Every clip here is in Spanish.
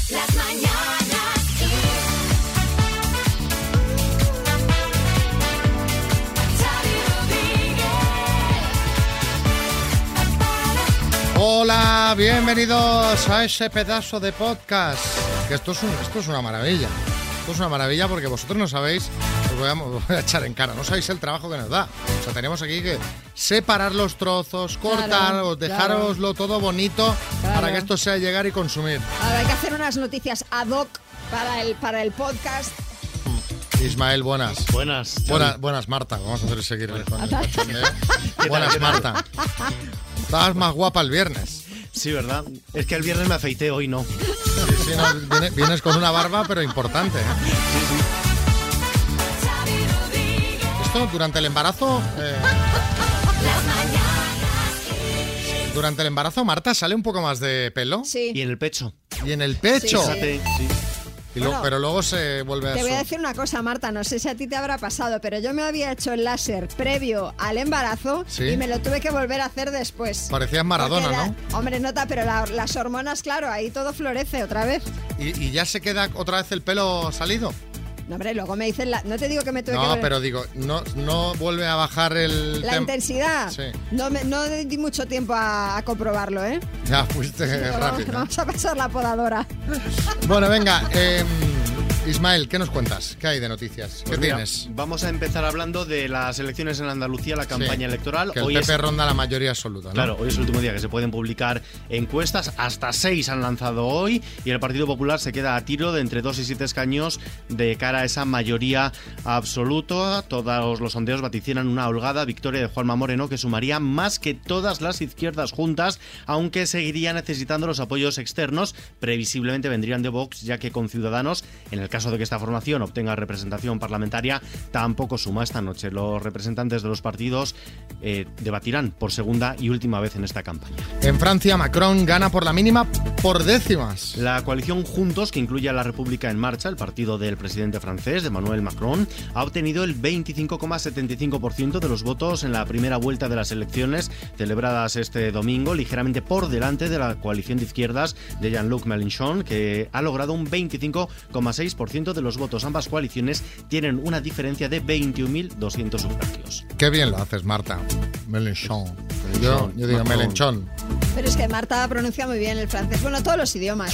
Las mañanas Kiss. Xavi Rodríguez. Hola, bienvenidos a ese pedazo de podcast. Que esto es una maravilla. Esto es una maravilla porque vosotros no sabéis, os voy a echar en cara, no sabéis el trabajo que nos da. O sea, tenemos aquí que separar los trozos, cortar, dejároslo todo bonito para que esto sea llegar y consumir. Ahora hay que hacer unas noticias ad hoc para el podcast. Ismael, buenas. Buenas. Buenas, Marta. Vamos a hacer seguir con el cachondeo. Buenas, Marta. Estabas más guapa el viernes. Sí, ¿verdad? Es que el viernes me afeité, hoy no. Sí, no, vienes con una barba, pero importante, ¿eh? Esto durante el embarazo... Durante el embarazo, Marta, ¿sale un poco más de pelo? Sí. Y en el pecho. ¿Y en el pecho? Sí. Fíjate, sí. Bueno, pero luego se vuelve a... Te voy a decir una cosa, Marta, no sé si a ti te habrá pasado, pero yo me había hecho el láser previo al embarazo y me lo tuve que volver a hacer después. Parecías Maradona, ¿no? Hombre, nota, pero las hormonas, claro, ahí todo florece otra vez. ¿Y ya se queda otra vez el pelo salido? No, hombre, luego me dicen... No te digo que me tuve que... No, pero digo, no vuelve a bajar la intensidad. Sí. No di mucho tiempo a comprobarlo, ¿eh? Ya fuiste rápido. Vamos a pasar la podadora. Bueno, venga, Ismael, ¿qué nos cuentas? ¿Qué hay de noticias? Pues ¿Qué mira, tienes? vamos a empezar hablando de las elecciones en Andalucía, la campaña electoral. Que el PP ronda la mayoría absoluta, ¿no? Claro, hoy es el último día que se pueden publicar encuestas. Hasta 6 han lanzado hoy y el Partido Popular se queda a tiro de entre 2 y 7 escaños de cara a esa mayoría absoluta. Todos los sondeos vaticinan una holgada victoria de Juanma Moreno que sumaría más que todas las izquierdas juntas, aunque seguiría necesitando los apoyos externos. Previsiblemente vendrían de Vox, ya que con Ciudadanos, en el caso de que esta formación obtenga representación parlamentaria, tampoco suma esta noche. Los representantes de los partidos debatirán por segunda y última vez en esta campaña. En Francia, Macron gana por la mínima por décimas. La coalición Juntos, que incluye a la República en Marcha, el partido del presidente francés, de Emmanuel Macron, ha obtenido el 25,75% de los votos en la primera vuelta de las elecciones celebradas este domingo, ligeramente por delante de la coalición de izquierdas de Jean-Luc Mélenchon, que ha logrado un 25,6% de los votos. Ambas coaliciones tienen una diferencia de 21.200 sufragios. Qué bien lo haces, Marta. Mélenchon. Yo digo Mélenchon. Pero es que Marta pronuncia muy bien el francés. Bueno, todos los idiomas.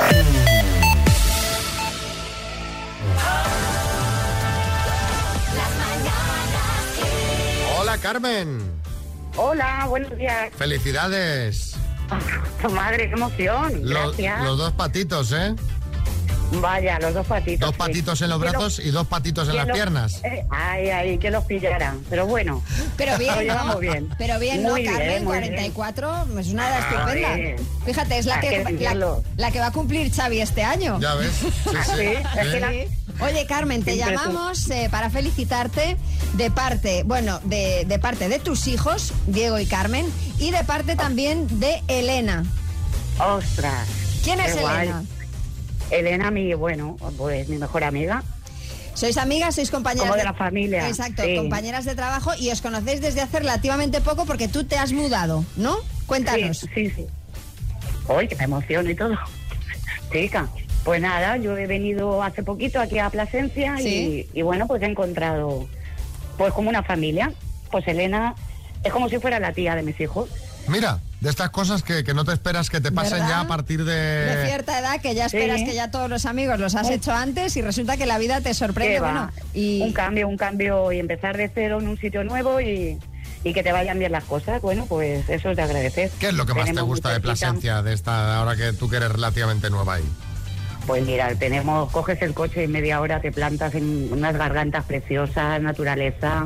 Hola, Carmen. Hola, buenos días. Felicidades. Madre, qué emoción. Gracias. Los dos patitos, ¿eh? Vaya, los dos patitos. Dos patitos en los brazos y dos patitos en las piernas. Ay, que los pillaran. Pero bueno, Pero bien, lo llevamos bien. Pero bien, Muy ¿no, Carmen? bien, muy 44 es una edad estupenda. bien. Fíjate, es la que va a cumplir Xavi este año. Ya ves. Sí, Sí, es que la- Oye, Carmen, te Siempre llamamos para felicitarte de parte de tus hijos, Diego y Carmen, y de parte también de Elena. Ostras. ¿Quién es qué guay. Elena? Elena, mi mejor amiga. ¿Sois amigas? ¿Sois compañeras? Como de la familia. Exacto, Sí. compañeras de trabajo y os conocéis desde hace relativamente poco porque tú te has mudado, ¿no? Cuéntanos. Sí. Uy, que me emociono y todo. Chica, pues nada, yo he venido hace poquito aquí a Plasencia Sí. y bueno, pues he encontrado pues como una familia. Pues Elena es como si fuera la tía de mis hijos. Mira, de estas cosas que no te esperas que te pasen ¿Verdad? ya a partir De de... cierta edad que ya esperas Sí. que ya todos los amigos los has hecho antes y resulta que la vida te sorprende. ¿Qué va? Bueno, y Un cambio y empezar de cero en un sitio nuevo y que te vayan bien las cosas. Bueno, pues eso es de agradecer. ¿Qué es lo que más te Tenemos gusta de muy cerquita. Plasencia, de esta, ahora que tú que eres relativamente nueva ahí? Pues mira, coges el coche y en media hora te plantas en unas gargantas preciosas, naturaleza,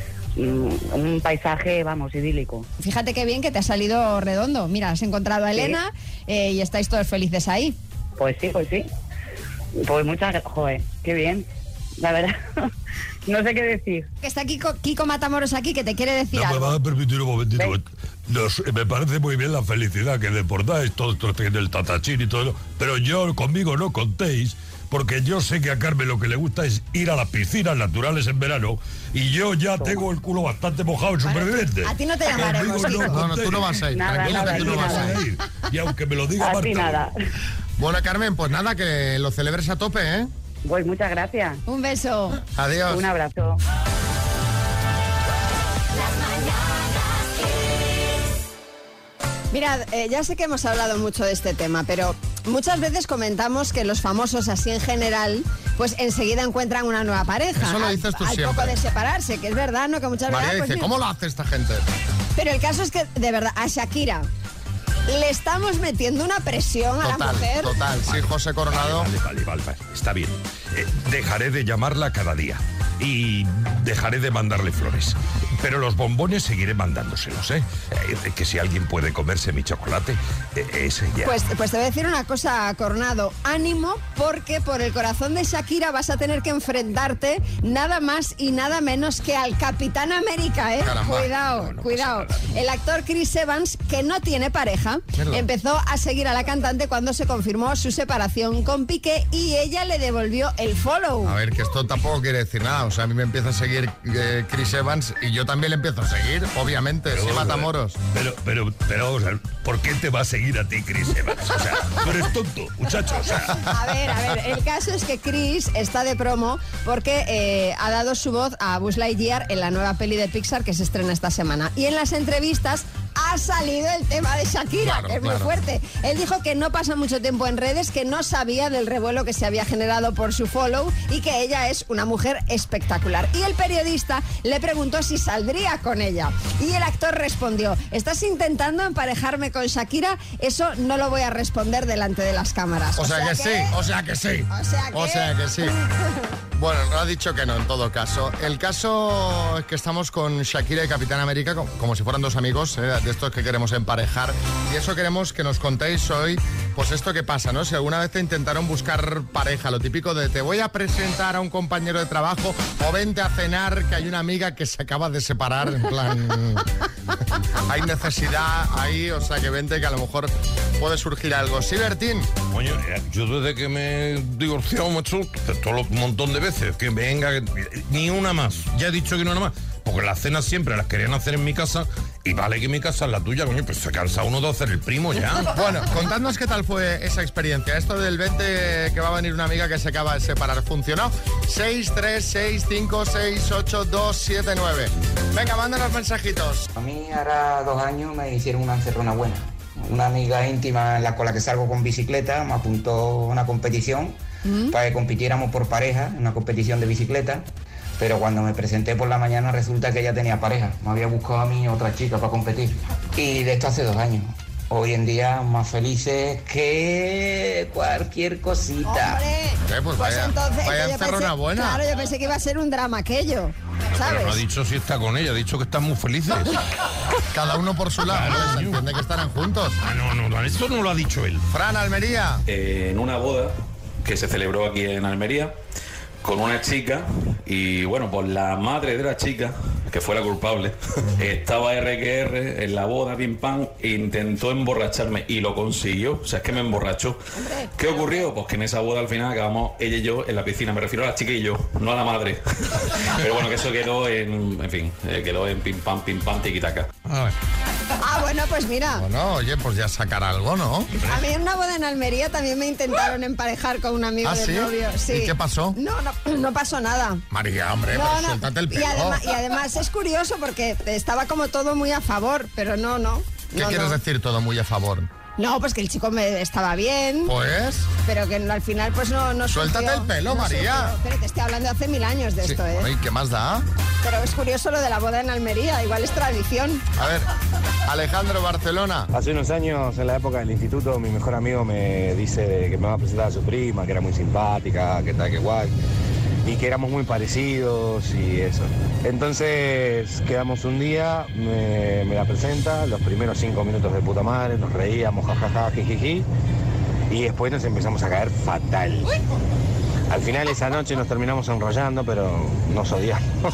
un paisaje, vamos, idílico. fíjate qué bien que te ha salido redondo. Mira, has encontrado a Elena y estáis todos felices ahí. Pues sí. Pues muchas gracias. Joder, qué bien. La verdad, no sé qué decir. Que está Kiko Matamoros aquí que te quiere decir No, me algo. vas a permitir un momentito. Ven. Me parece muy bien la felicidad que deportáis, todo esto del tatachín y todo eso, pero conmigo no contéis, porque yo sé que a Carmen lo que le gusta es ir a las piscinas naturales en verano, y yo ya tengo el culo bastante mojado en Superviviente. A ti no te llamaremos, Conmigo Kiko. No, tú no vas a ir, Nada, tranquilo nada, que tú no nada. vas a ir. Y aunque me lo diga A ti Marta, nada. Bueno, Carmen, pues nada, que lo celebres a tope, ¿eh? Pues muchas gracias. Un beso. Adiós. Un abrazo. Mirad, ya sé que hemos hablado mucho de este tema, pero muchas veces comentamos que los famosos, así en general, pues enseguida encuentran una nueva pareja. Eso lo dices tú al siempre. poco de separarse, que es verdad, ¿no? Que muchas María veces... dice, ¿cómo lo hace esta gente? Pero el caso es que, de verdad, a Shakira le estamos metiendo una presión a la mujer. Total. Sí, José Coronado. Vale. Está bien. Dejaré de llamarla cada día. Y dejaré de mandarle flores. Pero los bombones seguiré mandándoselos, ¿eh? Que si alguien puede comerse mi chocolate, ese ya. Pues te voy a decir una cosa, Coronado. Ánimo, porque por el corazón de Shakira vas a tener que enfrentarte nada más y nada menos que al Capitán América, ¿eh? Caramba. Cuidado, No cuidado. pasa nada. El actor Chris Evans, que no tiene pareja, Mierda. empezó a seguir a la cantante cuando se confirmó su separación con Piqué y ella le devolvió el follow. A ver, que esto tampoco quiere decir nada. O sea, a mí me empieza a seguir Chris Evans y yo también le empiezo a seguir, obviamente. Sí, Matamoros. Pero, o sea, ¿por qué te va a seguir a ti, Chris Evans? O sea, tú eres tonto, muchacho. O sea, A ver, el caso es que Chris está de promo porque ha dado su voz a Buzz Lightyear en la nueva peli de Pixar que se estrena esta semana. Y en las entrevistas ha salido el tema de Shakira, Claro, que es claro. muy fuerte. Él dijo que no pasa mucho tiempo en redes, que no sabía del revuelo que se había generado por su follow y que ella es una mujer espectacular. Y el periodista le preguntó si saldría con ella. Y el actor respondió, ¿estás intentando emparejarme con Shakira? Eso no lo voy a responder delante de las cámaras. O sea que sí. O sea que- sí. Bueno, no ha dicho que no en todo caso. El caso es que estamos con Shakira y Capitán América como si fueran dos amigos, de estos que queremos emparejar. Y eso queremos que nos contéis hoy, pues esto que pasa, ¿no? Si alguna vez te intentaron buscar pareja, lo típico de te voy a presentar a un compañero de trabajo o vente a cenar, que hay una amiga que se acaba de separar, en plan... hay necesidad ahí, o sea que vente, que a lo mejor puede surgir algo. Sí, Bertín. coño, yo desde que me he divorciado, macho, un montón de veces, que venga, ni una más. Ya he dicho que no una más. Porque las cenas siempre las querían hacer en mi casa y vale que mi casa es la tuya, coño, pues se cansa uno de hacer el primo ya. Bueno, contadnos qué tal fue esa experiencia. Esto del 20 que va a venir una amiga que se acaba de separar, ¿funcionó? 636568279. Venga, mándanos mensajitos. A mí ahora 2 años me hicieron una encerrona buena. Una amiga íntima con la que salgo con bicicleta me apuntó a una competición para que compitiéramos por pareja, una competición de bicicleta. Pero cuando me presenté por la mañana resulta que ella tenía pareja. Me había buscado a mí otra chica para competir. Y de esto hace 2 años. Hoy en día más felices que cualquier cosita. ¡Hombre! Pues vaya entonces yo encerrona pensé- buena. Claro, yo pensé que iba a ser un drama aquello, ¿sabes? Pero no ha dicho si está con ella, ha dicho que están muy felices. Cada uno por su lado, ¿no? Se entiende que estarán juntos. Ah, no, esto no lo ha dicho él. Fran, Almería. En una boda que se celebró aquí en Almería con una chica y bueno, pues la madre de la chica, que fue la culpable, estaba RQR en la boda, pim pam, e intentó emborracharme y lo consiguió, o sea, es que me emborrachó. ¿Qué ocurrió? Pues que en esa boda al final acabamos ella y yo en la piscina, me refiero a la chica y yo, no a la madre. Pero bueno, que eso quedó en fin, quedó en pim pam, tiquitaca. Ah, bueno, pues mira. Bueno, oye, pues ya sacar algo, ¿no? A mí en una boda en Almería también me intentaron emparejar con un amigo ¿Ah, del sí? novio. Sí. ¿Y qué pasó? No pasó nada. María, hombre, No, pero no. suéltate el Y pelo. además es curioso porque estaba como todo muy a favor, pero no. ¿Qué quieres decir todo muy a favor? No, pues que el chico me estaba bien, Pues... pero que al final pues no Suéltate surgió, el pelo, no María. surgió. Pero te estoy hablando de hace 1000 años de Sí, esto, ¿eh? bueno, ¿y qué más da? Pero es curioso lo de la boda en Almería, igual es tradición. A ver, Alejandro, Barcelona. Hace unos años, en la época del instituto, mi mejor amigo me dice que me va a presentar a su prima, que era muy simpática, que tal, que guay, y que éramos muy parecidos y eso. Entonces quedamos un día, me la presenta, los primeros 5 minutos de puta madre, nos reíamos, jajaja, jijiji, y después nos empezamos a caer fatal. Al final esa noche nos terminamos enrollando, pero nos odiamos.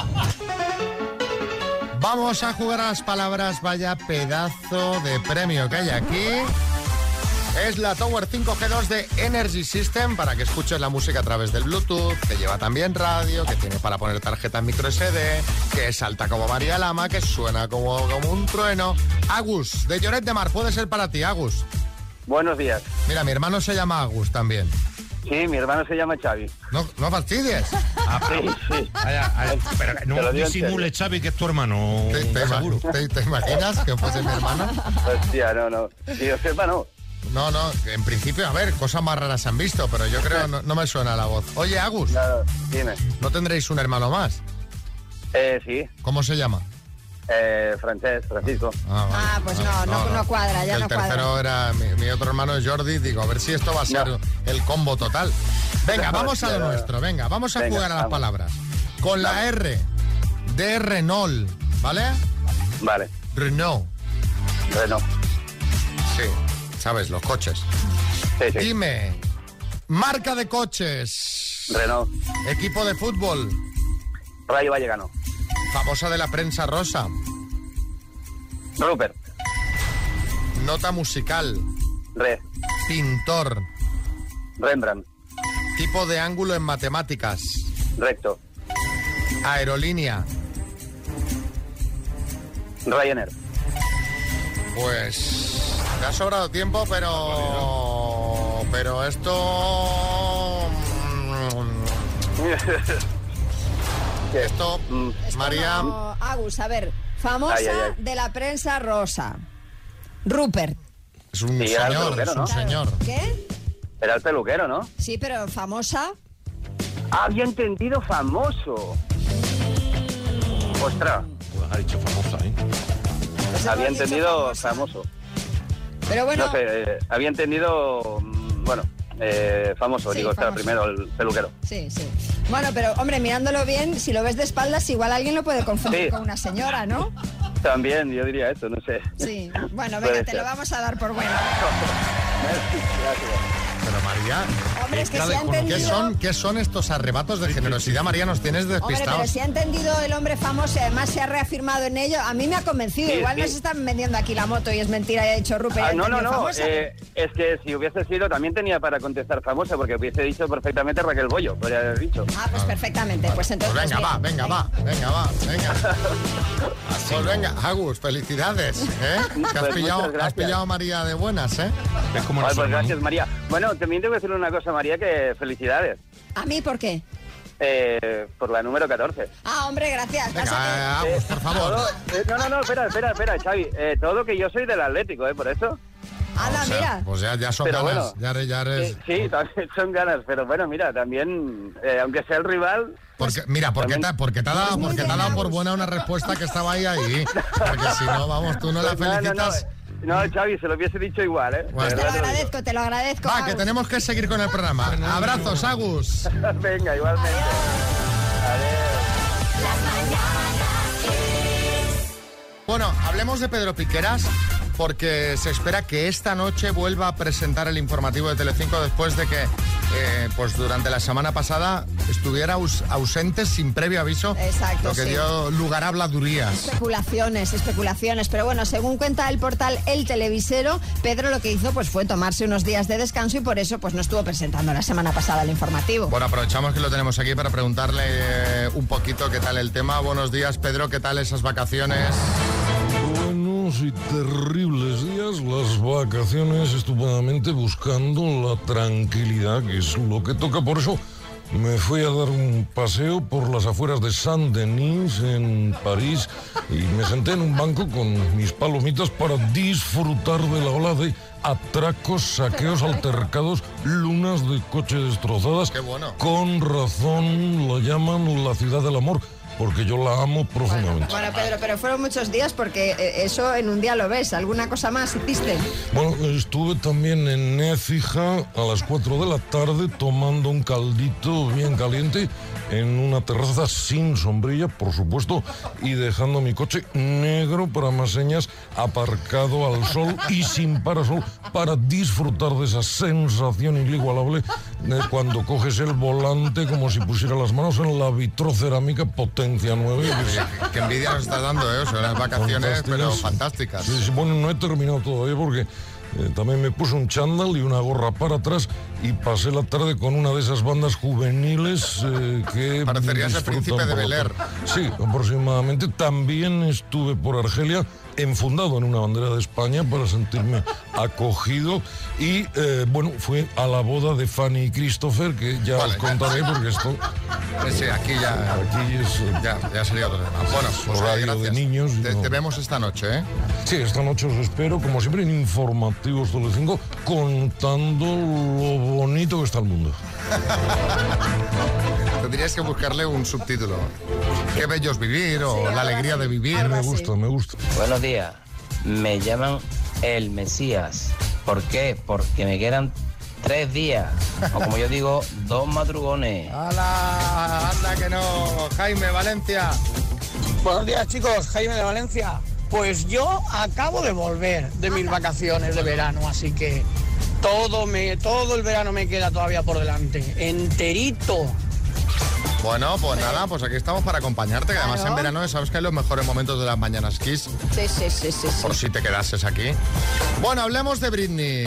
Vamos a jugar a las palabras, vaya pedazo de premio que hay aquí. Es la Tower 5G2 de Energy System para que escuches la música a través del Bluetooth, que lleva también radio, que tiene para poner tarjeta en micro SD, que salta como María Lama, que suena como un trueno. Agus, de Lloret de Mar, puede ser para ti, Agus. Buenos días. Mira, mi hermano se llama Agus también. Sí, mi hermano se llama Xavi. No fastidies. Sí. Pero Te no lo digo en disimule, Xavi, que es tu hermano. seguro. ¿Te imaginas que fuese mi hermano? Hostia, no. Si yo sepa, no. No, en principio, a ver, cosas más raras se han visto, pero yo creo no me suena la voz. Oye, Agus, Claro, dime. ¿no tendréis un hermano más? Sí. ¿Cómo se llama? Francisco. Ah, pues no cuadra, ya el no cuadra. tercero era mi otro hermano es Jordi. Digo, a ver si esto va a ser el combo total. Venga, vamos a lo nuestro. Venga, vamos a jugar a las palabras. Con la R de Renault, ¿vale? Vale. Renault. Sí, sabes, los coches. Sí. Dime, marca de coches. Renault. Equipo de fútbol. Rayo Vallecano. Famosa de la prensa rosa. Rupert. Nota musical. Re. Pintor. Rembrandt. Tipo de ángulo en matemáticas. Recto. Aerolínea. Ryanair. Pues te ha sobrado tiempo, pero esto María. No, Agus, a ver, famosa de la prensa rosa. Rupert. Es un Sí, era el señor, peluquero, es un ¿no? señor. ¿Qué? Era el peluquero, ¿no? Sí, pero famosa. Había entendido famoso. Ostras. Pues ha dicho famosa, ¿eh? Pues Había hemos dicho entendido famoso. Pero bueno, No sé, había entendido... famoso, Sí, digo, estaba famoso. primero el peluquero. sí. Bueno, pero hombre, mirándolo bien, si lo ves de espaldas, igual alguien lo puede confundir Sí. con una señora, ¿no? También, yo diría eso, no sé. Sí. Bueno, Puede venga, te ser. lo vamos a dar por bueno. Pero María, Hombre, es que se ha entendido... ¿qué son estos arrebatos de generosidad, María? Nos tienes Hombre, pero despistados. si ha entendido el hombre famoso y además se ha reafirmado en ello, a mí me ha convencido. Sí, Igual sí. nos están vendiendo aquí la moto y es mentira y ha dicho Rupert. Ah, no, famosa. es que si hubiese sido también tenía para contestar famosa, porque hubiese dicho perfectamente Raquel Bollo, podría haber dicho. Ah, pues perfectamente. Pues entonces... Pues venga, va. Pues venga, Agus, felicidades, ¿eh? Que Pues has pillado muchas gracias. a María de buenas, ¿eh? ¿Ves cómo Vale, no pues son, gracias, María. Bueno, también tengo que decirle una cosa, María, que felicidades. ¿A mí por qué? Por la número 14. Ah, hombre, gracias. Pasa Venga, Agus, por favor. No, espera, Xavi. Todo que yo soy del Atlético, por eso. que... Anda, O sea, mira. pues ya son Pero ganas, bueno, ya eres... Sí, también son ganas, pero bueno, mira, también, aunque sea el rival... Porque te ha dado por buena una respuesta que estaba ahí. Porque si no, vamos, tú no la felicitas. No, Xavi, se lo hubiese dicho igual, ¿eh? Bueno. De Te lo verdad digo. agradezco, te lo agradezco. Va, que Agus. tenemos que seguir con el programa. Abrazos, Agus. Venga, igualmente. Bueno, hablemos de Pedro Piqueras, porque se espera que esta noche vuelva a presentar el informativo de Telecinco después de que pues durante la semana pasada estuviera ausente sin previo aviso. Exacto, lo que sí. dio lugar a habladurías. Especulaciones, pero bueno, según cuenta el portal El Televisero, Pedro lo que hizo pues fue tomarse unos días de descanso y por eso pues no estuvo presentando la semana pasada el informativo. Bueno, aprovechamos que lo tenemos aquí para preguntarle un poquito qué tal el tema. Buenos días, Pedro, ¿qué tal esas vacaciones? Buenos y terribles días, las vacaciones estupendamente buscando la tranquilidad, que es lo que toca. Por eso me fui a dar un paseo por las afueras de Saint-Denis, en París, y me senté en un banco con mis palomitas para disfrutar de la ola de atracos, saqueos, altercados, lunas de coche destrozadas. Qué bueno. Con razón la llaman la ciudad del amor, porque yo la amo profundamente. Bueno, Pedro, pero fueron muchos días porque eso en un día lo ves. ¿Alguna cosa más hiciste? Bueno, estuve también en Écija a las 4 de la tarde tomando un caldito bien caliente en una terraza sin sombrilla, por supuesto, y dejando mi coche negro para más señas aparcado al sol y sin parasol para disfrutar de esa sensación inigualable de cuando coges el volante como si pusiera las manos en la vitrocerámica potencia 9. Qué envidia nos está dando, ¿eh? O sea, unas vacaciones, pero fantásticas. Sí, bueno, no he terminado todavía porque también me puse un chándal y una gorra para atrás y pasé la tarde con una de esas bandas juveniles que... Parecerías el disfrutan príncipe de por la Bel-Air. tarde. Sí, aproximadamente. También estuve por Argelia enfundado en una bandera de España para sentirme acogido. Y bueno, fue a la boda de Fanny y Christopher, que ya os contaré porque esto... Sí, aquí ya... Aquí es... Ya sería otro tema. Bueno, pues horario gracias. de niños. Te vemos esta noche, ¿eh? Sí, esta noche os espero, como siempre, en Informativos Telecinco, contando lo bonito que está el mundo. Tendrías que buscarle un subtítulo. Qué bello es vivir, o la alegría de vivir. Me gusta. Buenos días. Me llaman el Mesías. ¿Por qué? Porque me quedan 3 días. O como yo digo, 2 madrugones. ¡Hala! ¡Anda que no! Jaime, Valencia. Buenos días, chicos. Jaime de Valencia. Pues yo acabo de volver de mis vacaciones de verano, así que todo el verano me queda todavía por delante. Enterito. Bueno, pues nada, pues aquí estamos para acompañarte, que además en verano sabes que hay los mejores momentos de las mañanas Kiss. Sí. Por si te quedases aquí. Bueno, hablemos de Britney.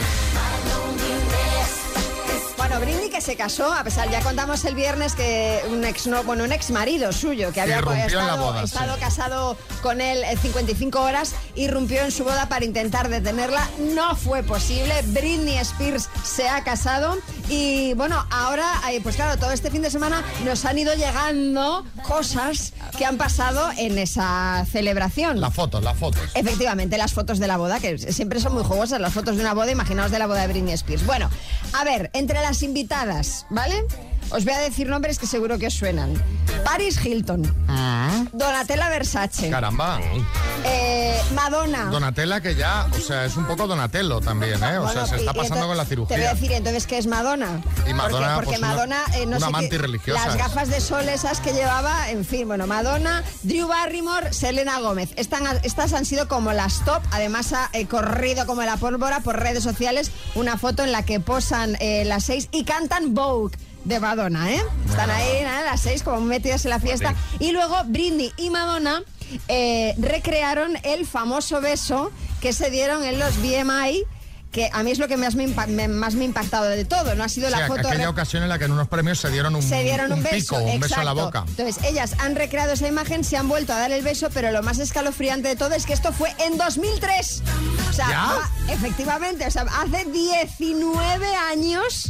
Bueno, Britney que se casó, a pesar, ya contamos el viernes que un ex marido suyo que había estado casado con él 55 horas, irrumpió en su boda para intentar detenerla. No fue posible. Britney Spears se ha casado y bueno, ahora, pues claro, todo este fin de semana nos han ido llegando cosas que han pasado en esa celebración. Las fotos. Efectivamente, las fotos de la boda, que siempre son muy jugosas las fotos de una boda, imaginaos de la boda de Britney Spears. Bueno, a ver, entre las invitadas, ¿vale? Os voy a decir nombres que seguro que os suenan. Paris Hilton, Donatella Versace. Caramba. Madonna. Donatella, que ya, o sea, es un poco Donatello también, ¿eh? O sea, se está pasando con la cirugía. Te voy a decir, entonces, ¿qué es Madonna? Y Madonna, porque pues Madonna, no una sé amante religiosa. Las gafas de sol esas que llevaba, en fin, bueno, Madonna, Drew Barrymore, Selena Gómez. Estas han sido como las top. Además, ha corrido como la pólvora por redes sociales una foto en la que posan las 6 y cantan Vogue de Madonna, ¿eh? Están ahí, las 6 como metidas en la fiesta. Y luego Britney y Madonna recrearon el famoso beso que se dieron en los BMI, que a mí es lo que más me ha impactado de todo. No ha sido la foto... aquella ocasión en la que en unos premios se dieron un beso, un beso en la boca. Entonces, ellas han recreado esa imagen, se han vuelto a dar el beso, pero lo más escalofriante de todo es que esto fue en 2003. O sea, efectivamente, o sea, hace 19 años...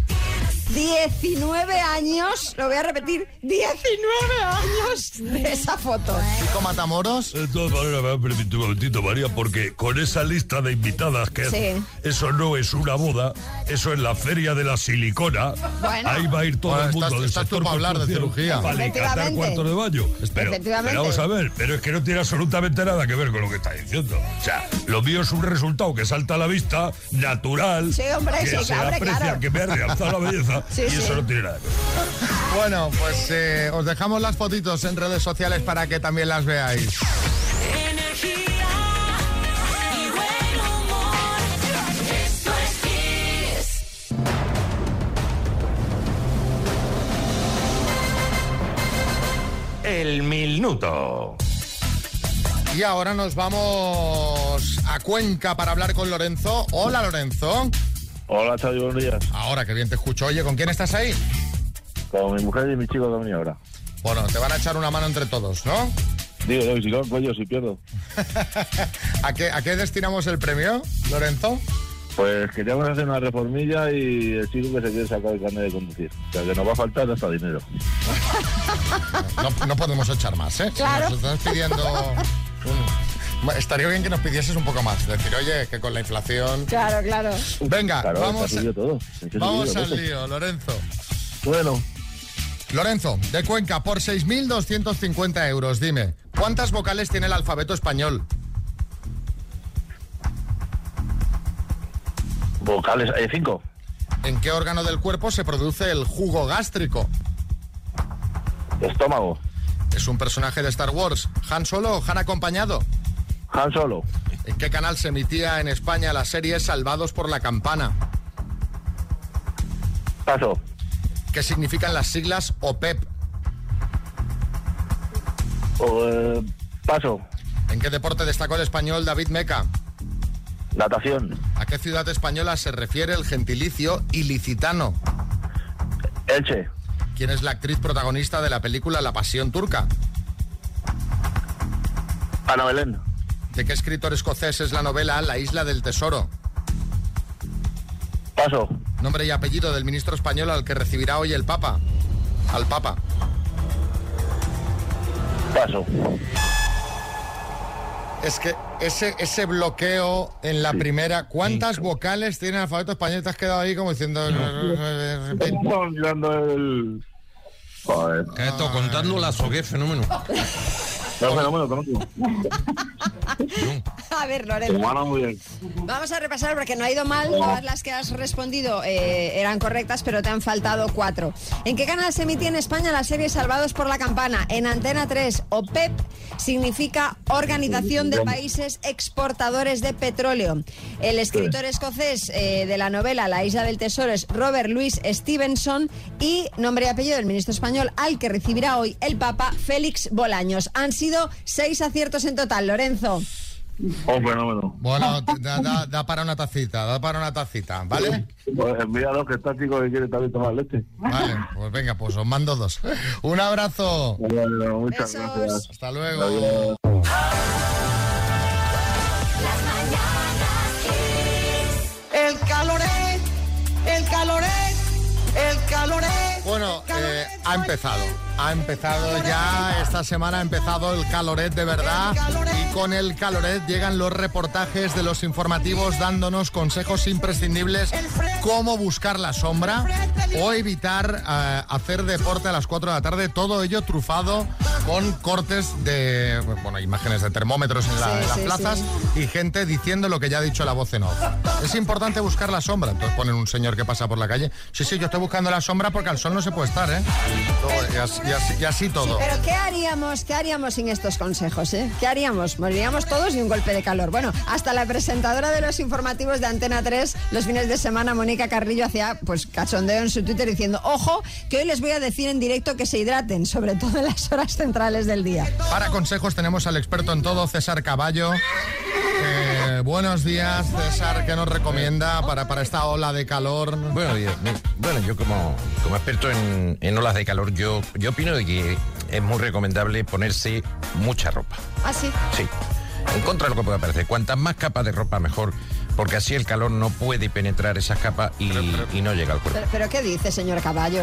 19 años, lo voy a repetir, 19 años de esa foto. ¿Chico Matamoros? De todas maneras, me permitido un momentito, María, porque con esa lista de invitadas que eso no es una boda, eso es la feria de la silicona. Bueno. Ahí va a ir todo el mundo. Estás tú para hablar de cirugía. Vale, cantar cuartos de baño. Pero vamos a ver, pero es que no tiene absolutamente nada que ver con lo que está diciendo. O sea, lo mío es un resultado que salta a la vista, natural, sí, hombre, que se aprecia, claro, que me ha realzado la belleza. Y eso no tiene nada que ver. Bueno, pues os dejamos las fotitos en redes sociales para que también las veáis. Energía y buen humor. Esto es Kiss. El minuto. Y ahora nos vamos a Cuenca para hablar con Lorenzo. Hola, Lorenzo. Hola, Xavi, buenos días. Ahora, que bien te escucho. Oye, ¿con quién estás ahí? Con mi mujer y mi chico de ahora. Bueno, te van a echar una mano entre todos, ¿no? Digo, si no, cuello, si pierdo. ¿A qué destinamos el premio, Lorenzo? Pues queríamos hacer una reformilla y el chico que se quiere sacar el carnet de conducir. O sea, que nos va a faltar hasta dinero. No podemos echar más, ¿eh? Claro. Si nos estás pidiendo... Estaría bien que nos pidieses un poco más. Decir, oye, que con la inflación... Claro. Venga, claro, vamos al lío, Lorenzo. Bueno. Lorenzo, de Cuenca, por 6.250 euros, dime, ¿cuántas vocales tiene el alfabeto español? Vocales, 5. ¿En qué órgano del cuerpo se produce el jugo gástrico? Estómago. ¿Es un personaje de Star Wars? ¿Han Solo o Han acompañado? Han Solo. ¿En qué canal se emitía en España la serie Salvados por la Campana? Paso. ¿Qué significan las siglas OPEP? Paso. ¿En qué deporte destacó el español David Meca? Natación. ¿A qué ciudad española se refiere el gentilicio ilicitano? Elche. ¿Quién es la actriz protagonista de la película La Pasión Turca? Ana Belén. ¿De qué escritor escocés es la novela La isla del tesoro? Paso. Nombre y apellido del ministro español al que recibirá hoy el Papa. Al Papa. Paso. Es que ese bloqueo en la primera... ¿Cuántas vocales tiene el alfabeto español? Te has quedado ahí como diciendo... Estamos mirando el... Joder. ¿Qué es esto? Contándolas o qué fenómeno. No, fenómeno, conozco. A ver, Lorenzo. Muy bien. Vamos a repasar porque no ha ido mal. Todas las que has respondido eran correctas, pero te han faltado 4. ¿En qué canal se emitía en España la serie Salvados por la Campana? En Antena 3. OPEP significa Organización de Países Exportadores de Petróleo. El escritor escocés de la novela La isla del tesoro es Robert Louis Stevenson y nombre y apellido del ministro español al que recibirá hoy el Papa, Félix Bolaños. Han sido 6 aciertos en total, Lorenzo. Un fenómeno. Bueno, da para una tacita, ¿vale? Pues envíalo, que está chico que quiere también tomar leche. Vale, pues venga, pues os mando 2. Un abrazo. Bueno, muchas gracias. Hasta luego. Adiós. El caloré, el caloré, el caloré. Bueno, ha empezado ya, esta semana ha empezado el caloret de verdad y con el caloret llegan los reportajes de los informativos dándonos consejos imprescindibles, cómo buscar la sombra o evitar hacer deporte a las 4 de la tarde, todo ello trufado con cortes de, bueno, imágenes de termómetros en las plazas y gente diciendo lo que ya ha dicho la voz en off. Es importante buscar la sombra, entonces ponen un señor que pasa por la calle, sí, yo estoy buscando la sombra porque al sol no se puede estar, ¿eh? Y así todo. Sí, pero ¿qué haríamos sin estos consejos, eh? ¿Qué haríamos? Moriríamos todos de un golpe de calor. Bueno, hasta la presentadora de los informativos de Antena 3 los fines de semana, Mónica Carrillo, hacía pues cachondeo en su Twitter diciendo, ojo, que hoy les voy a decir en directo que se hidraten, sobre todo en las horas centrales del día. Para consejos tenemos al experto en todo, César Caballo. Buenos días, César, ¿qué nos recomienda para esta ola de calor? Bueno, yo como experto en olas de calor, yo opino de que es muy recomendable ponerse mucha ropa. ¿Ah, sí? Sí, en contra de lo que pueda parecer. Cuantas más capas de ropa, mejor, porque así el calor no puede penetrar esas capas y no llega al cuerpo. ¿Pero qué dice, señor Caballo?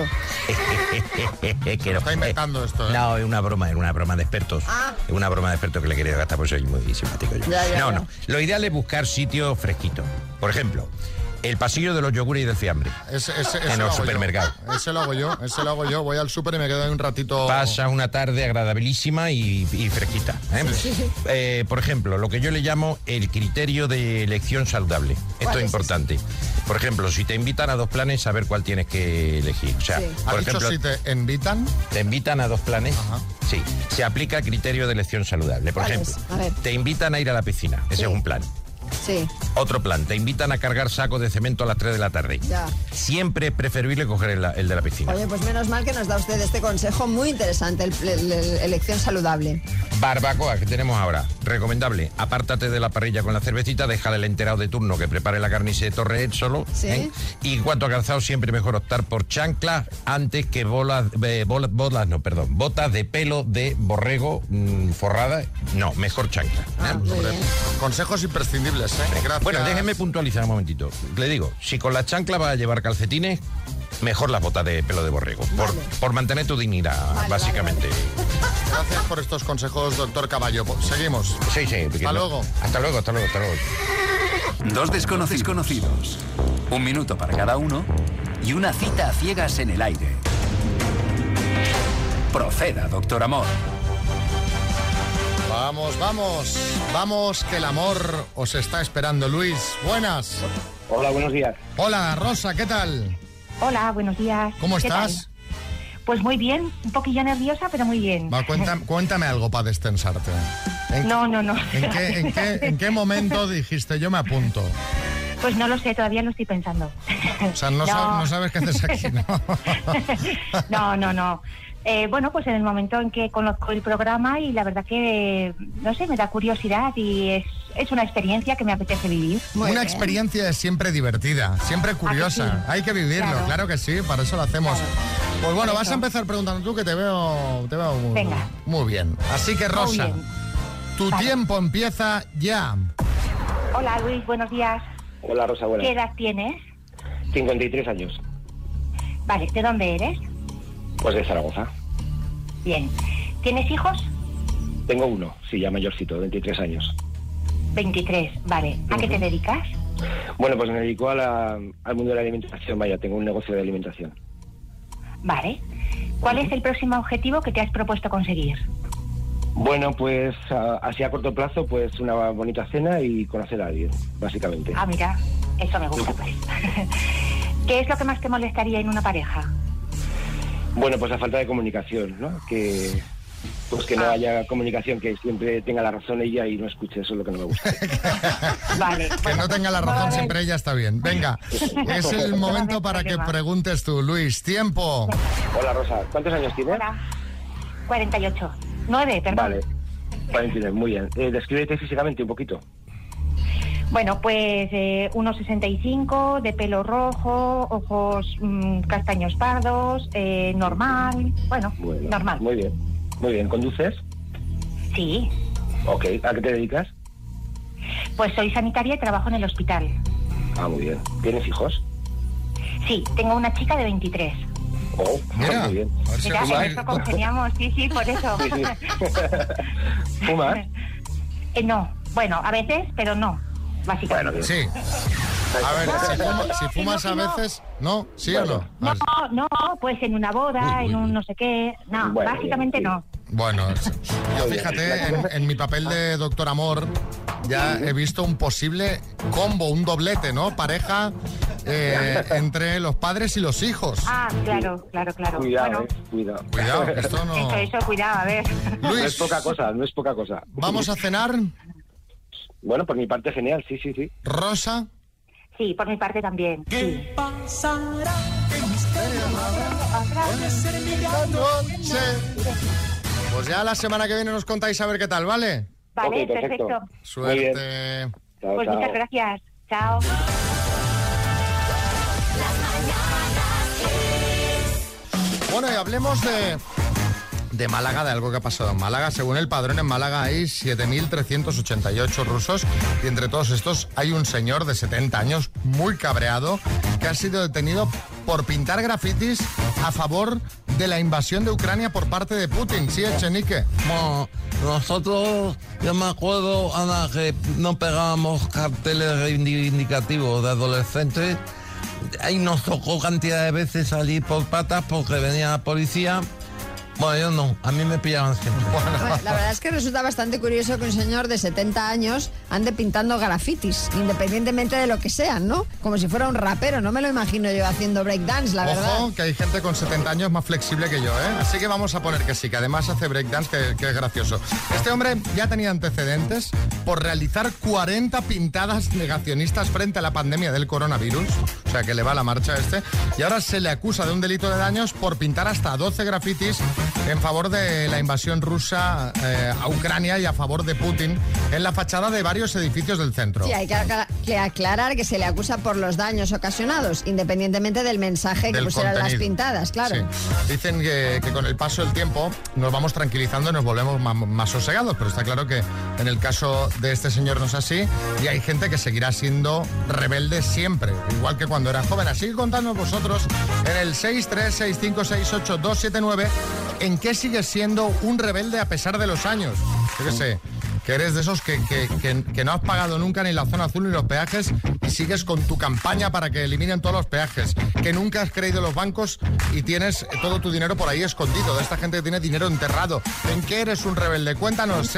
Está inventando esto, ¿eh? No, es una broma de expertos. Es una broma de expertos que le quería gastar, pues soy muy simpático yo. No. Lo ideal es buscar sitios fresquitos. Por ejemplo, el pasillo de los yogures y del fiambre. En los supermercados. Ese lo hago yo. Voy al súper y me quedo ahí un ratito. Pasa una tarde agradabilísima y fresquita, ¿eh? Por ejemplo, lo que yo le llamo el criterio de elección saludable. Esto es importante. Por ejemplo, si te invitan a 2 planes, saber cuál tienes que elegir. O sea, por ejemplo, si te invitan? Te invitan a 2 planes. Ajá. Sí, se aplica el criterio de elección saludable. Por ejemplo, te invitan a ir a la piscina. Ese es un plan. Sí. Otro plan, te invitan a cargar sacos de cemento a las 3 de la tarde. Ya. Siempre es preferible coger el de la piscina. Oye, pues menos mal que nos da usted este consejo muy interesante, elección saludable. Barbacoa, que tenemos ahora. Recomendable, apártate de la parrilla con la cervecita, déjale al enterado de turno que prepare la carne y se torre él solo. ¿Sí? Y en cuanto a calzado, siempre mejor optar por chanclas antes que botas de pelo de borrego forrada. No, mejor chancla. Consejos imprescindibles, ¿eh? Gracias. Bueno, déjeme puntualizar un momentito. Le digo, si con la chancla vas a llevar calcetines, mejor las botas de pelo de borrego. Por mantener tu dignidad, básicamente. Gracias por estos consejos, doctor Caballo. Seguimos. Sí. Hasta luego. Hasta luego. 2 desconocidos. 1 minuto para cada uno y una cita a ciegas en el aire. Proceda, doctor Amor. Vamos, que el amor os está esperando. Luis, buenas. Hola, buenos días. Hola, Rosa, ¿qué tal? Hola, buenos días. ¿Cómo estás? Pues muy bien, un poquillo nerviosa, pero muy bien. Cuéntame algo para destensarte. No. ¿En qué momento dijiste yo me apunto? Pues no lo sé, todavía lo estoy pensando. O sea, no sabes qué haces aquí, ¿no? No. Bueno, pues en el momento en que conozco el programa y la verdad que, no sé, me da curiosidad y es una experiencia que me apetece vivir. Una experiencia es siempre divertida, siempre curiosa. Sí. Hay que vivirlo, claro que sí, para eso lo hacemos. Claro. Pues bueno, vas a empezar preguntando tú, que te veo muy bien. Así que, Rosa, Tu tiempo empieza ya. Hola Luis, buenos días. Hola Rosa, buenas. ¿Qué edad tienes? 53 años. Vale, ¿de dónde eres? Pues de Zaragoza. Bien. ¿Tienes hijos? Tengo uno, sí, ya mayorcito, 23 años. 23, vale. ¿A qué te dedicas? Bueno, pues me dedico al mundo de la alimentación, vaya, tengo un negocio de alimentación. Vale. ¿Cuál es el próximo objetivo que te has propuesto conseguir? Bueno, pues así a corto plazo, pues una bonita cena y conocer a alguien, básicamente. Ah, mira, eso me gusta, pues. ¿Qué es lo que más te molestaría en una pareja? Bueno, pues la falta de comunicación, ¿no? Que no haya comunicación, que siempre tenga la razón ella y no escuche, eso es lo que no me gusta. Vale. Que no tenga la razón siempre ella está bien. Venga, es el momento para que preguntes tú, Luis. Tiempo. Hola Rosa, ¿cuántos años tienes? Hola. 48. 9, perdón. Vale, 49, muy bien. Descríbete físicamente un poquito. Bueno, pues 1,65, de pelo rojo, ojos castaños pardos, normal, bueno, normal. Muy bien. ¿Conduces? Sí. Ok, ¿a qué te dedicas? Pues soy sanitaria y trabajo en el hospital. Ah, muy bien. ¿Tienes hijos? Sí, tengo una chica de 23. Oh, mira, muy bien. Mira, en eso congeniamos, sí, por eso. Sí. ¿Fumas? No, bueno, a veces, pero no, básicamente. Bueno, sí. A ver, si fumas a veces, ¿no? ¿Sí o no? No, pues en una boda, en un no sé qué, no, Bueno, básicamente bien, sí. no. Bueno, yo fíjate, en mi papel de Doctor Amor ya he visto un posible combo, un doblete, ¿no? Pareja entre los padres y los hijos. Ah, claro. Cuidado, Bueno, cuidado. Esto no... Eso, cuidado, a ver. No Luis, es poca cosa. ¿vamos a cenar? Bueno, por mi parte genial, sí. ¿Rosa? Sí, por mi parte también. Sí. pasará? Pues ya la semana que viene nos contáis a ver qué tal, ¿vale? Vale, Ok, perfecto. Suerte. Chao, Pues chao. muchas gracias. Chao. Bueno, y hablemos de Málaga, de algo que ha pasado en Málaga. Según el padrón, en Málaga hay 7.388 rusos y entre todos estos hay un señor de 70 años muy cabreado que ha sido detenido por pintar grafitis a favor de la invasión de Ucrania por parte de Putin. ¿Sí, Echenique? Bueno, nosotros, yo me acuerdo, Ana, que no pegábamos carteles reivindicativos de adolescentes. Ahí nos tocó cantidad de veces salir por patas porque venía la policía. Bueno, yo no, a mí me pillaban siempre. La verdad es que resulta bastante curioso que un señor de 70 años ande pintando grafitis, independientemente de lo que sean, ¿no? Como si fuera un rapero, no me lo imagino yo haciendo breakdance, la verdad. Ojo, que hay gente con 70 años más flexible que yo, ¿eh? Así que vamos a poner que sí, que además hace breakdance, que es gracioso. Este hombre ya tenía antecedentes por realizar 40 pintadas negacionistas frente a la pandemia del coronavirus, o sea que le va la marcha a este, y ahora se le acusa de un delito de daños por pintar hasta 12 grafitis en favor de la invasión rusa a Ucrania y a favor de Putin en la fachada de varios edificios del centro. Sí, hay que aclarar que se le acusa por los daños ocasionados, independientemente del mensaje que Del pusieran las contenido. pintadas, claro. Sí. Dicen que con el paso del tiempo nos vamos tranquilizando y nos volvemos más sosegados, pero está claro que en el caso de este señor no es así y hay gente que seguirá siendo rebelde siempre, igual que cuando era joven. Así que contadnos vosotros en el 636568279 en qué sigues siendo un rebelde a pesar de los años. Yo qué sé, que eres de esos que no has pagado nunca ni la zona azul ni los peajes y sigues con tu campaña para que eliminen todos los peajes, que nunca has creído en los bancos y tienes todo tu dinero por ahí escondido, de esta gente que tiene dinero enterrado. ¿En qué eres un rebelde? Cuéntanos,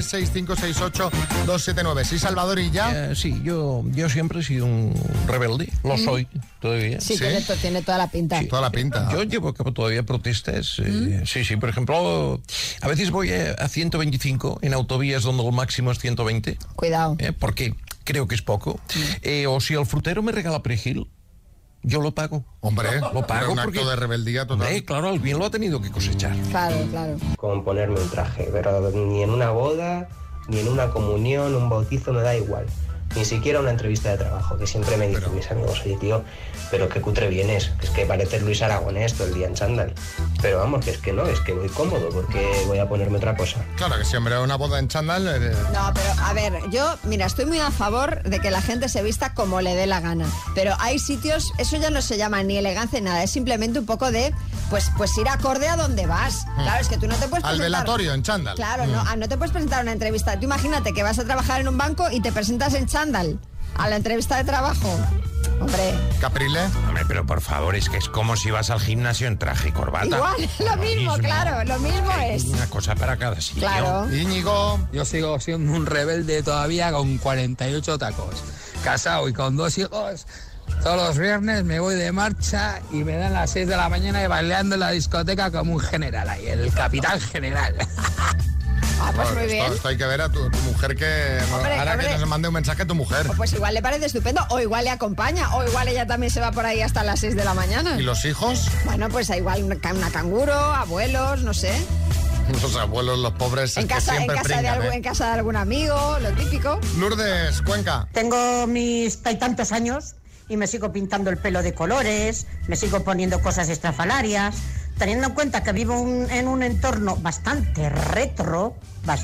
636568279. ¿Sí, Salvador y ya? Sí, yo siempre he sido un rebelde, lo soy todavía. Sí, tiene toda la pinta. Toda la pinta. Yo llevo a cabo todavía protestas. Sí, por ejemplo, a veces voy a 125 en autovías donde el máximo es 120. Cuidado. Porque creo que es poco. O si el frutero me regala perejil, yo lo pago. Hombre, lo pago un porque acto de rebeldía total. Claro, el bien lo ha tenido que cosechar. Claro. Con ponerme un traje, pero ni en una boda, ni en una comunión, un bautizo, me da igual. Ni siquiera una entrevista de trabajo, que siempre me dicen mis amigos, oye tío, pero qué cutre vienes, que es que pareces Luis Aragonés todo el día en chándal. Pero vamos, que es que no, es que voy cómodo porque voy a ponerme otra cosa. Claro que siempre una boda en chándal... No, pero a ver, yo, mira, estoy muy a favor de que la gente se vista como le dé la gana. Pero hay sitios, eso ya no se llama ni elegancia ni nada, es simplemente un poco de, pues ir acorde a donde vas. Claro, es que tú no te puedes Al velatorio en chándal. Claro, no te puedes presentar a una entrevista. Tú imagínate que vas a trabajar en un banco y te presentas en chándal a la entrevista de trabajo. Hombre. ¿Caprile? Hombre, pero por favor, es que es como si vas al gimnasio en traje y corbata. Igual, lo mismo, claro, lo mismo es. Una cosa para cada sitio. Claro. Íñigo. Yo sigo siendo un rebelde todavía con 48 tacos. Casado y con 2 hijos. Todos los viernes me voy de marcha y me dan las 6 de la mañana y bailando en la discoteca como un general ahí, el capitán general. Pues muy bien. Esto hay que ver a tu mujer que... Ahora que nos mande un mensaje a tu mujer. Pues igual le parece estupendo, o igual le acompaña, o igual ella también se va por ahí hasta las 6 de la mañana. ¿Y los hijos? Bueno, pues igual una canguro, abuelos, no sé. Los abuelos, los pobres, En casa de algún amigo, lo típico. Lourdes, Cuenca. Tengo mis tantos años y me sigo pintando el pelo de colores, me sigo poniendo cosas estrafalarias, teniendo en cuenta que vivo en un entorno bastante retro,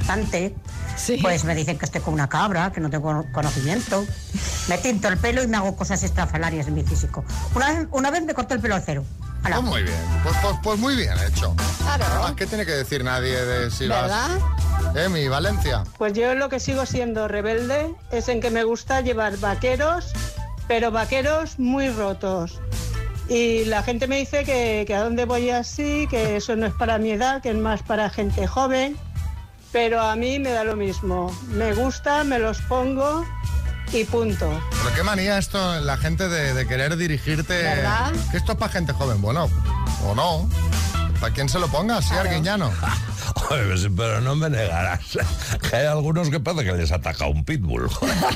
pues me dicen que estoy como una cabra, que no tengo conocimiento. Me tinto el pelo y me hago cosas estrafalarias en mi físico. Una vez me corté el pelo al cero. Oh, muy bien, pues muy bien hecho. Claro. ¿Qué tiene que decir nadie de si ¿verdad? vas... mi Valencia. Pues yo lo que sigo siendo rebelde es en que me gusta llevar vaqueros, pero vaqueros muy rotos. Y la gente me dice que a dónde voy así, que eso no es para mi edad, que es más para gente joven, pero a mí me da lo mismo. Me gusta, me los pongo y punto. Pero qué manía esto, la gente de querer dirigirte... ¿Verdad? Que esto es para gente joven, bueno, o no. ¿Para quién se lo ponga? Sí, Claro. Arguiñano. Oye, pero no me negarás que hay algunos que parece que les ataca un pitbull.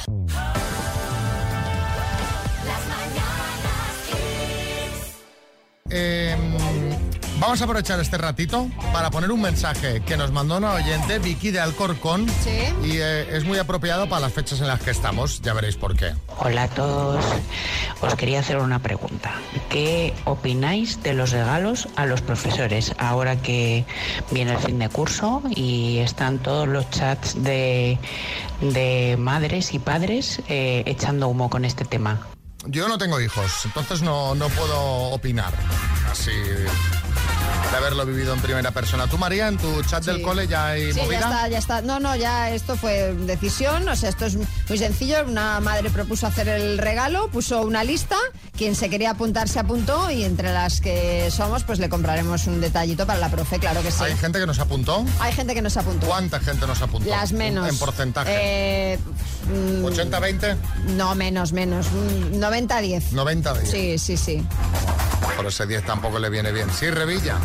Vamos a aprovechar este ratito para poner un mensaje que nos mandó una oyente, Vicky de Alcorcón. Sí. Y es muy apropiado para las fechas en las que estamos, ya veréis por qué. Hola a todos, os quería hacer una pregunta. ¿Qué opináis de los regalos a los profesores ahora que viene el fin de curso y están todos los chats de madres y padres echando humo con este tema? Yo no tengo hijos, entonces no puedo opinar así de haberlo vivido en primera persona. ¿Tú, María, en tu chat del cole ya hay movida? Ya está. No, ya esto fue decisión, o sea, esto es muy sencillo. Una madre propuso hacer el regalo, puso una lista, quien se quería apuntar se apuntó y entre las que somos, pues le compraremos un detallito para la profe, claro que sí. ¿Hay gente que nos apuntó? Hay gente que nos apuntó. ¿Cuánta gente nos apuntó? Las menos. En porcentaje. ¿80-20? No, menos. 90-10. 90-10. Sí. Por ese 10 tampoco le viene bien. Sí, Revilla.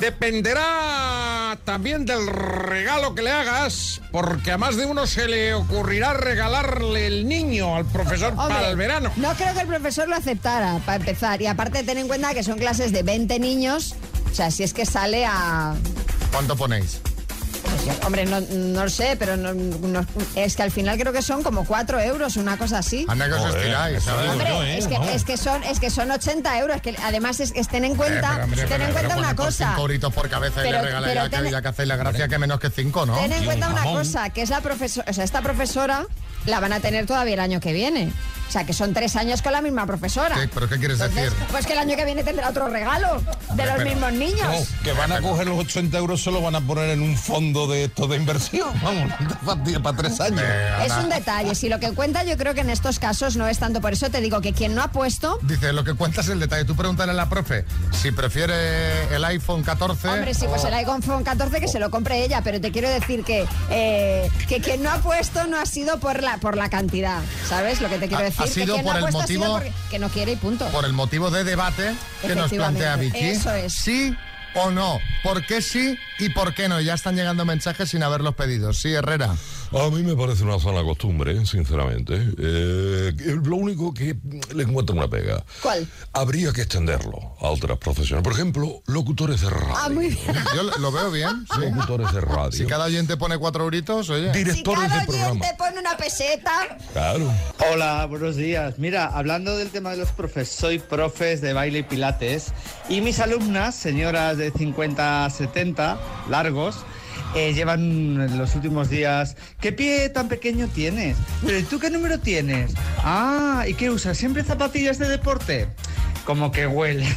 Dependerá también del regalo que le hagas, porque a más de uno se le ocurrirá regalarle el niño al profesor para el verano. No creo que el profesor lo aceptara, para empezar. Y aparte, ten en cuenta que son clases de 20 niños. O sea, si es que sale a... ¿Cuánto ponéis? Pues, hombre, no lo sé, pero es que al final creo que son como 4 euros, una cosa así. Anda que os estiráis, ¿sabes? Hombre, es que son 80 euros, que además ten en cuenta, una cosa. 5 euritos por cabeza y le regaláis ya que hacéis la gracia que menos que 5, ¿no? Ten en cuenta una cosa, que es la profesora, o sea, esta profesora la van a tener todavía el año que viene. O sea, que son 3 años con la misma profesora. Sí, ¿pero qué quieres decir? Pues que el año que viene tendrá otro regalo de los mismos niños. No, que van a coger los 80 euros, se los van a poner en un fondo de esto de inversión. Vamos, para 3 años. Es un detalle. Si lo que cuenta, yo creo que en estos casos no es tanto. Por eso te digo que quien no ha puesto... Dice, lo que cuenta es el detalle. Tú pregúntale a la profe si prefiere el iPhone 14... Hombre, sí, pues el iPhone 14 que se lo compre ella. Pero te quiero decir que quien no ha puesto no ha sido por la cantidad. ¿Sabes lo que te quiero decir? Ha sido por el motivo... Que no quiere y punto. Por el motivo de debate que nos plantea Vicky. Eso es. Sí o no. ¿Por qué sí y por qué no? Ya están llegando mensajes sin haberlos pedido. Sí, Herrera. A mí me parece una sana costumbre, sinceramente. Lo único que le encuentro una pega. ¿Cuál? Habría que extenderlo a otras profesiones. Por ejemplo, locutores de radio. Ah, muy bien. Yo lo veo bien. Sí. Locutores de radio. Si cada oyente pone 4 euritos, oye. Directores de programa. Si cada oyente pone una peseta. Claro. Hola, buenos días. Mira, hablando del tema de los profes, soy profes de baile y pilates y mis alumnas, señoras de de 50 a 70, largos, llevan los últimos días... ¿Qué pie tan pequeño tienes? ¿Pero tú qué número tienes? Ah, ¿y qué usas? ¿Siempre zapatillas de deporte? Como que huele.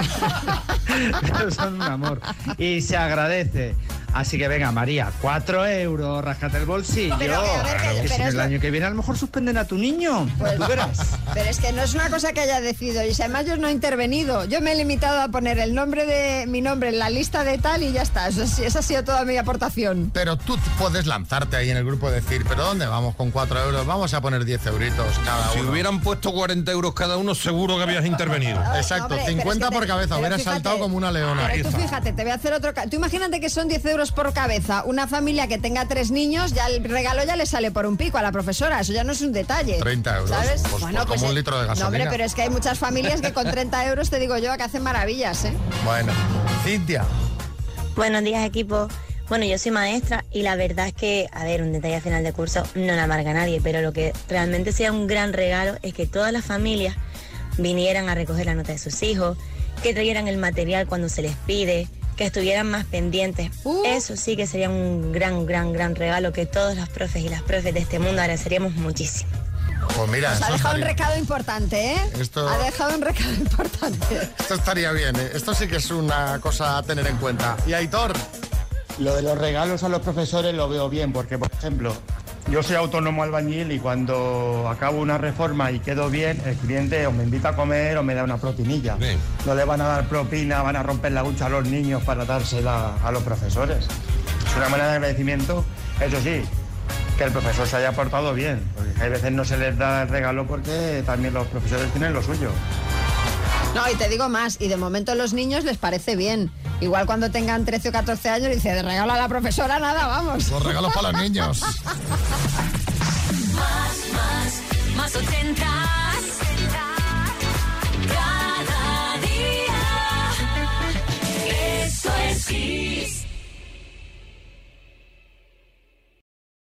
Pero son un amor. Y se agradece. Así que venga, María, 4 euros, rascate el bolsillo. Pero, a ver, que si el año que viene a lo mejor suspenden a tu niño. Pues, tú verás. Pero es que no es una cosa que haya decidido. Y además yo no he intervenido. Yo me he limitado a poner mi nombre en la lista de tal y ya está. Esa ha sido toda mi aportación. Pero tú puedes lanzarte ahí en el grupo y decir, ¿pero dónde vamos con 4 euros? Vamos a poner 10 euritos cada uno. Si hubieran puesto 40 euros cada uno, seguro que habías intervenido. Exacto, hombre, 50 por cabeza. Hubieras saltado como una leona. Pero tú fíjate, te voy a hacer otro... Tú imagínate que son 10 euros por cabeza. Una familia que tenga 3 niños, ya el regalo ya le sale por un pico a la profesora. Eso ya no es un detalle. 30 euros. ¿Sabes? Pues, bueno, como un litro de gasolina. No, hombre, pero es que hay muchas familias que con 30 euros, te digo yo, que hacen maravillas, ¿eh? Bueno, Cintia. Buenos días, equipo. Bueno, yo soy maestra y la verdad es que, a ver, un detalle a final de curso no le amarga a nadie, pero lo que realmente sea un gran regalo es que todas las familias vinieran a recoger la nota de sus hijos, que trajeran el material cuando se les pide, que estuvieran más pendientes. Eso sí que sería un gran regalo que todos los profes y las profes de este mundo agradeceríamos muchísimo. Pues mira, ha dejado un recado importante, ¿eh? Ha dejado un recado importante. Esto estaría bien, ¿eh? Esto sí que es una cosa a tener en cuenta. Y Aitor. Lo de los regalos a los profesores lo veo bien, porque, por ejemplo, yo soy autónomo albañil y cuando acabo una reforma y quedo bien, el cliente o me invita a comer o me da una propinilla. Sí. No le van a dar propina, van a romper la hucha a los niños para dársela a los profesores. Es una manera de agradecimiento, eso sí, que el profesor se haya portado bien, porque hay veces no se les da el regalo porque también los profesores tienen lo suyo. No, y te digo más, y de momento a los niños les parece bien. Igual cuando tengan 13 o 14 años dice, de regalo a la profesora nada, vamos. Los regalos para los niños. Más 80.